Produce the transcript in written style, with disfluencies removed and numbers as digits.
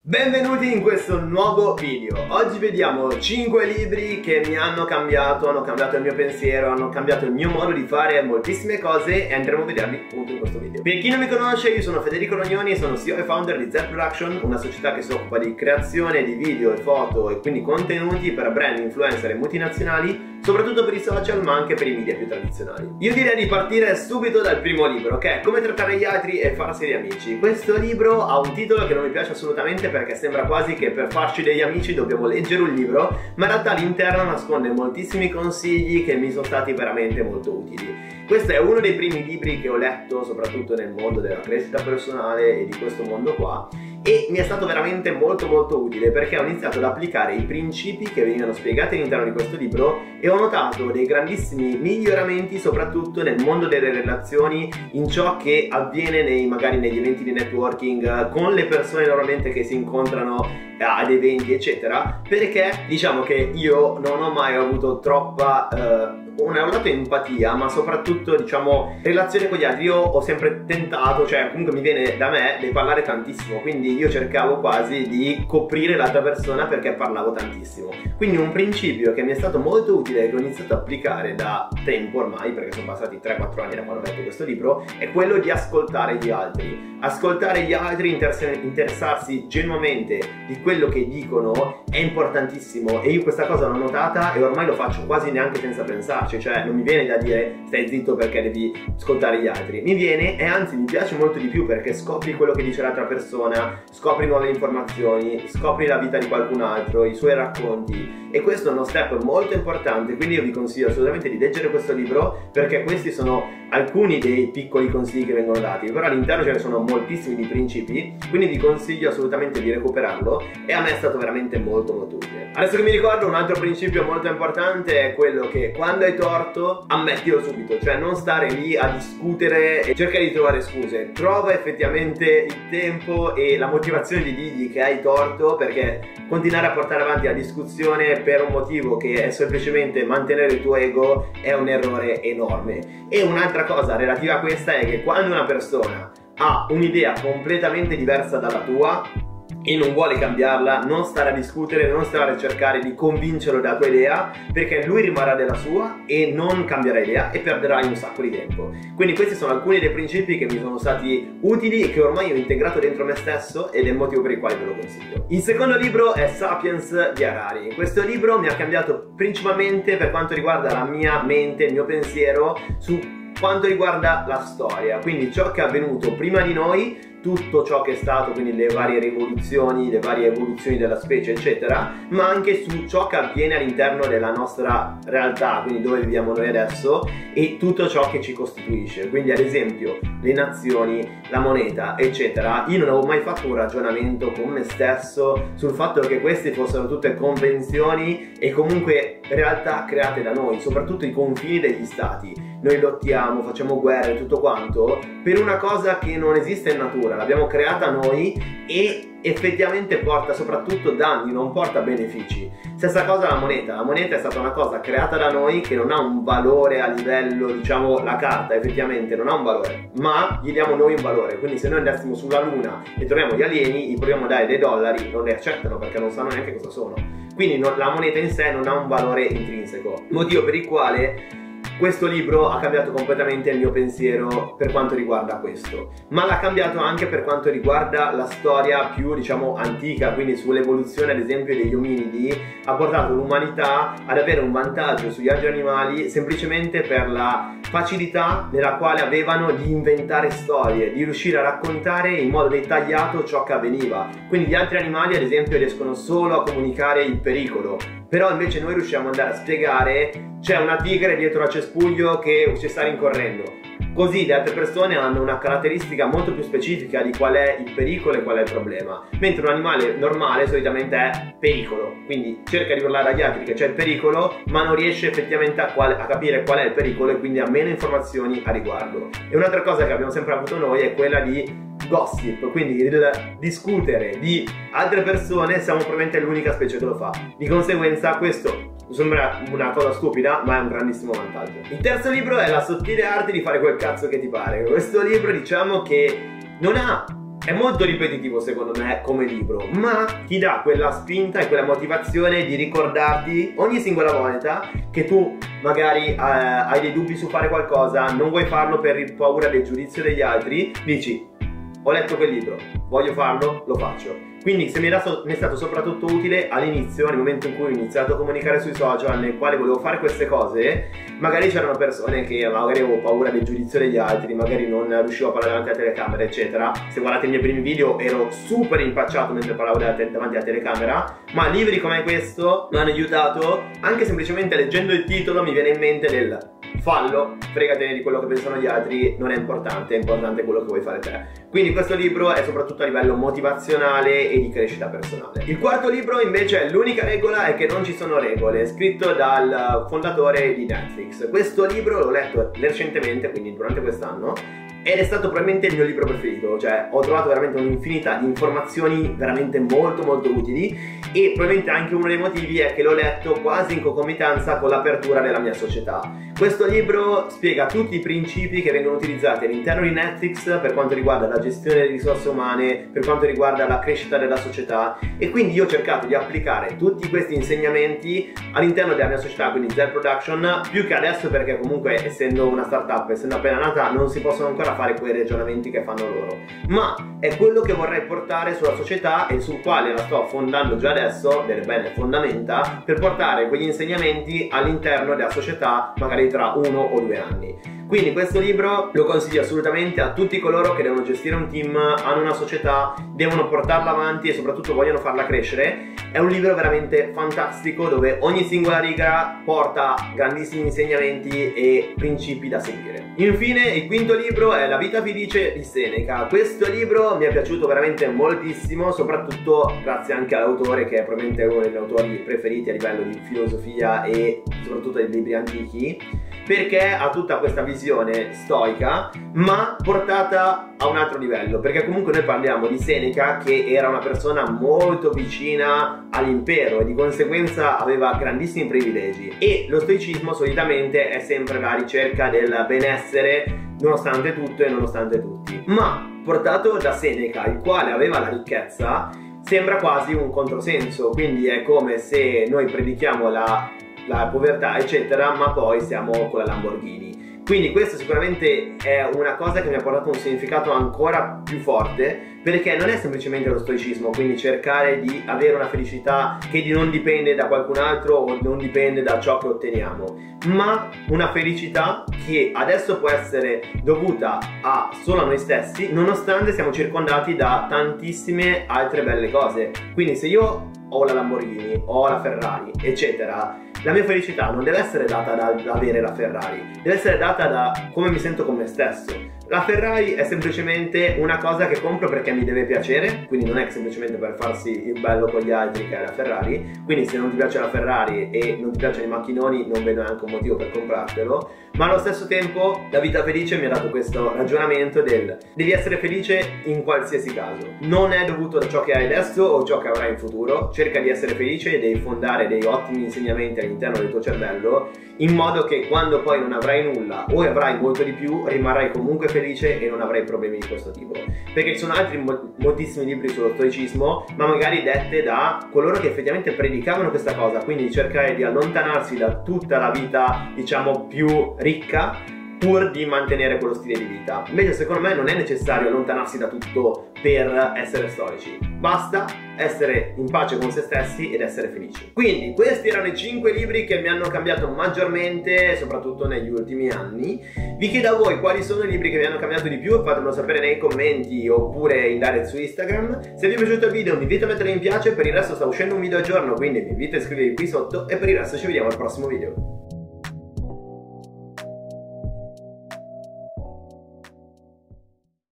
Benvenuti in questo nuovo video. Oggi vediamo 5 libri che mi hanno cambiato il mio pensiero, hanno cambiato il mio modo di fare moltissime cose e andremo a vederli appunto in questo video. Per chi non mi conosce, io sono Federico Rognoni e sono CEO e founder di Z Production, una società che si occupa di creazione di video e foto e quindi contenuti per brand, influencer e multinazionali, soprattutto per i social ma anche per i media più tradizionali. Io direi di partire subito dal primo libro, che è Come trattare gli altri e farsi degli amici. Questo libro ha un titolo che non mi piace assolutamente perché sembra quasi che per farci degli amici dobbiamo leggere un libro, ma in realtà all'interno nasconde moltissimi consigli che mi sono stati veramente molto utili. Questo è uno dei primi libri che ho letto soprattutto nel mondo della crescita personale e di questo mondo qua, e mi è stato veramente molto utile perché ho iniziato ad applicare i principi che venivano spiegati all'interno di questo libro e ho notato dei grandissimi miglioramenti soprattutto nel mondo delle relazioni, in ciò che avviene magari negli eventi di networking con le persone normalmente che si incontrano ad eventi eccetera, perché diciamo che io non ho mai avuto troppa ho dato empatia, ma soprattutto diciamo relazione con gli altri. Io ho sempre tentato, cioè comunque mi viene da me di parlare tantissimo, quindi io cercavo quasi di coprire l'altra persona perché parlavo tantissimo. Quindi un principio che mi è stato molto utile, che ho iniziato ad applicare da tempo ormai, perché sono passati 3-4 anni da quando ho letto questo libro, è quello di ascoltare gli altri. Ascoltare gli altri, interessarsi genuinamente di quello che dicono è importantissimo, e io questa cosa l'ho notata e ormai lo faccio quasi neanche senza pensarci, cioè non mi viene da dire stai zitto perché devi ascoltare gli altri, mi viene, e anzi mi piace molto di più perché scopri quello che dice l'altra persona, scopri nuove informazioni, scopri la vita di qualcun altro, i suoi racconti, e questo è uno step molto importante. Quindi io vi consiglio assolutamente di leggere questo libro perché questi sono alcuni dei piccoli consigli che vengono dati, però all'interno ce ne sono moltissimi di principi, quindi vi consiglio assolutamente di recuperarlo e a me è stato veramente molto utile. Adesso che mi ricordo, un altro principio molto importante è quello che quando hai torto ammettilo subito, cioè non stare lì a discutere e cercare di trovare scuse, trova effettivamente il tempo e la motivazione di dirgli che hai torto, perché continuare a portare avanti la discussione per un motivo che è semplicemente mantenere il tuo ego è un errore enorme. E un'altra cosa relativa a questa è che quando una persona ha un'idea completamente diversa dalla tua e non vuole cambiarla, non stare a discutere, non stare a cercare di convincerlo della tua idea, perché lui rimarrà della sua e non cambierà idea e perderai un sacco di tempo. Quindi questi sono alcuni dei principi che mi sono stati utili e che ormai ho integrato dentro me stesso, ed è il motivo per il quale ve lo consiglio. Il secondo libro è Sapiens di Harari. Questo libro mi ha cambiato principalmente per quanto riguarda la mia mente, il mio pensiero su quanto riguarda la storia, quindi ciò che è avvenuto prima di noi, tutto ciò che è stato, quindi le varie rivoluzioni, le varie evoluzioni della specie eccetera, ma anche su ciò che avviene all'interno della nostra realtà, quindi dove viviamo noi adesso e tutto ciò che ci costituisce, quindi ad esempio le nazioni, la moneta eccetera. Io non avevo mai fatto un ragionamento con me stesso sul fatto che queste fossero tutte convenzioni e comunque realtà create da noi, soprattutto i confini degli stati. Noi lottiamo, facciamo guerre, tutto quanto per una cosa che non esiste in natura, l'abbiamo creata noi e effettivamente porta soprattutto danni, non porta benefici. Stessa cosa la moneta è stata una cosa creata da noi che non ha un valore a livello, diciamo, la carta effettivamente non ha un valore, ma gli diamo noi un valore. Quindi se noi andassimo sulla luna e troviamo gli alieni, gli proviamo a dare dei dollari, non li accettano perché non sanno neanche cosa sono. Quindi la moneta in sé non ha un valore intrinseco, motivo per il quale questo libro ha cambiato completamente il mio pensiero per quanto riguarda questo, ma l'ha cambiato anche per quanto riguarda la storia più, diciamo, antica, quindi sull'evoluzione ad esempio degli ominidi. Ha portato l'umanità ad avere un vantaggio sugli altri animali semplicemente per la facilità nella quale avevano di inventare storie, di riuscire a raccontare in modo dettagliato ciò che avveniva. Quindi gli altri animali ad esempio riescono solo a comunicare il pericolo, però invece noi riusciamo ad andare a spiegare c'è una tigre dietro al cespuglio che ci sta rincorrendo. Così le altre persone hanno una caratteristica molto più specifica di qual è il pericolo e qual è il problema, mentre un animale normale solitamente è pericolo, quindi cerca di urlare agli altri che c'è il pericolo ma non riesce effettivamente a capire qual è il pericolo e quindi ha meno informazioni a riguardo. E un'altra cosa che abbiamo sempre avuto noi è quella di gossip, quindi il discutere di altre persone. Siamo probabilmente l'unica specie che lo fa, di conseguenza questo sembra una cosa stupida ma è un grandissimo vantaggio. Il terzo libro è La sottile arte di fare quel cazzo che ti pare. Questo libro diciamo che non ha È molto ripetitivo secondo me come libro, ma ti dà quella spinta e quella motivazione di ricordarti ogni singola volta che tu magari hai dei dubbi su fare qualcosa, non vuoi farlo per paura del giudizio degli altri, dici: ho letto quel libro, voglio farlo, lo faccio. Quindi se mi è stato soprattutto utile all'inizio, nel momento in cui ho iniziato a comunicare sui social, nel quale volevo fare queste cose, magari c'erano persone che magari avevo paura del giudizio degli altri, magari non riuscivo a parlare davanti alla telecamera, eccetera. Se guardate i miei primi video ero super impacciato mentre parlavo davanti alla telecamera, ma libri come questo mi hanno aiutato. Anche semplicemente leggendo il titolo mi viene in mente del: fallo, fregatene di quello che pensano gli altri, non è importante, è importante quello che vuoi fare te. Quindi questo libro è soprattutto a livello motivazionale e di crescita personale. Il quarto libro invece è L'unica regola è che non ci sono regole, scritto dal fondatore di Netflix. Questo libro l'ho letto recentemente, quindi durante quest'anno, ed è stato probabilmente il mio libro preferito. Cioè ho trovato veramente un'infinità di informazioni veramente molto utili, e probabilmente anche uno dei motivi è che l'ho letto quasi in concomitanza con l'apertura della mia società. Questo libro spiega tutti i principi che vengono utilizzati all'interno di Netflix per quanto riguarda la gestione delle risorse umane, per quanto riguarda la crescita della società, e quindi io ho cercato di applicare tutti questi insegnamenti all'interno della mia società, quindi Zell Production, più che adesso, perché comunque essendo una startup, essendo appena nata, non si possono ancora fare quei ragionamenti che fanno loro, ma è quello che vorrei portare sulla società e sul quale la sto fondando già adesso, delle belle fondamenta, per portare quegli insegnamenti all'interno della società magari tra 1 o 2 anni. Quindi questo libro lo consiglio assolutamente a tutti coloro che devono gestire un team, hanno una società, devono portarla avanti e soprattutto vogliono farla crescere. È un libro veramente fantastico dove ogni singola riga porta grandissimi insegnamenti e principi da seguire. Infine il quinto libro è La vita felice di Seneca. Questo libro mi è piaciuto veramente moltissimo, soprattutto grazie anche all'autore, che è probabilmente uno dei miei autori preferiti a livello di filosofia e soprattutto dei libri antichi, perché ha tutta questa visione stoica ma portata a un altro livello, perché comunque noi parliamo di Seneca che era una persona molto vicina all'impero e di conseguenza aveva grandissimi privilegi, e lo stoicismo solitamente è sempre la ricerca del benessere nonostante tutto e nonostante tutti, ma portato da Seneca, il quale aveva la ricchezza, sembra quasi un controsenso. Quindi è come se noi predichiamo la povertà eccetera, ma poi siamo con la Lamborghini. Quindi questo sicuramente è una cosa che mi ha portato un significato ancora più forte, perché non è semplicemente lo stoicismo, quindi cercare di avere una felicità che non dipende da qualcun altro o non dipende da ciò che otteniamo, ma una felicità che adesso può essere dovuta solo a noi stessi, nonostante siamo circondati da tantissime altre belle cose. Quindi se io ho la Lamborghini, ho la Ferrari, eccetera, la mia felicità non deve essere data da avere la Ferrari, deve essere data da come mi sento con me stesso. La Ferrari è semplicemente una cosa che compro perché mi deve piacere, quindi non è semplicemente per farsi il bello con gli altri che è la Ferrari. Quindi se non ti piace la Ferrari e non ti piacciono i macchinoni, non vedo neanche un motivo per comprartelo. Ma allo stesso tempo la vita felice mi ha dato questo ragionamento del: devi essere felice in qualsiasi caso, non è dovuto da ciò che hai adesso o ciò che avrai in futuro. Cerca di essere felice e devi fondare dei ottimi insegnamenti all'interno del tuo cervello, in modo che quando poi non avrai nulla o avrai molto di più, rimarrai comunque felice e non avrai problemi di questo tipo. Perché ci sono altri moltissimi libri sullo stoicismo, ma magari dette da coloro che effettivamente predicavano questa cosa, quindi cercare di allontanarsi da tutta la vita, diciamo, più ricca, pur di mantenere quello stile di vita. Invece secondo me non è necessario allontanarsi da tutto per essere stoici, basta essere in pace con se stessi ed essere felici. Quindi questi erano i 5 libri che mi hanno cambiato maggiormente, soprattutto negli ultimi anni. Vi chiedo a voi quali sono i libri che vi hanno cambiato di più, fatemelo sapere nei commenti oppure in direct su Instagram. Se vi è piaciuto il video vi invito a mettere mi piace, per il resto sta uscendo un video al giorno, quindi vi invito a iscrivervi qui sotto e per il resto ci vediamo al prossimo video.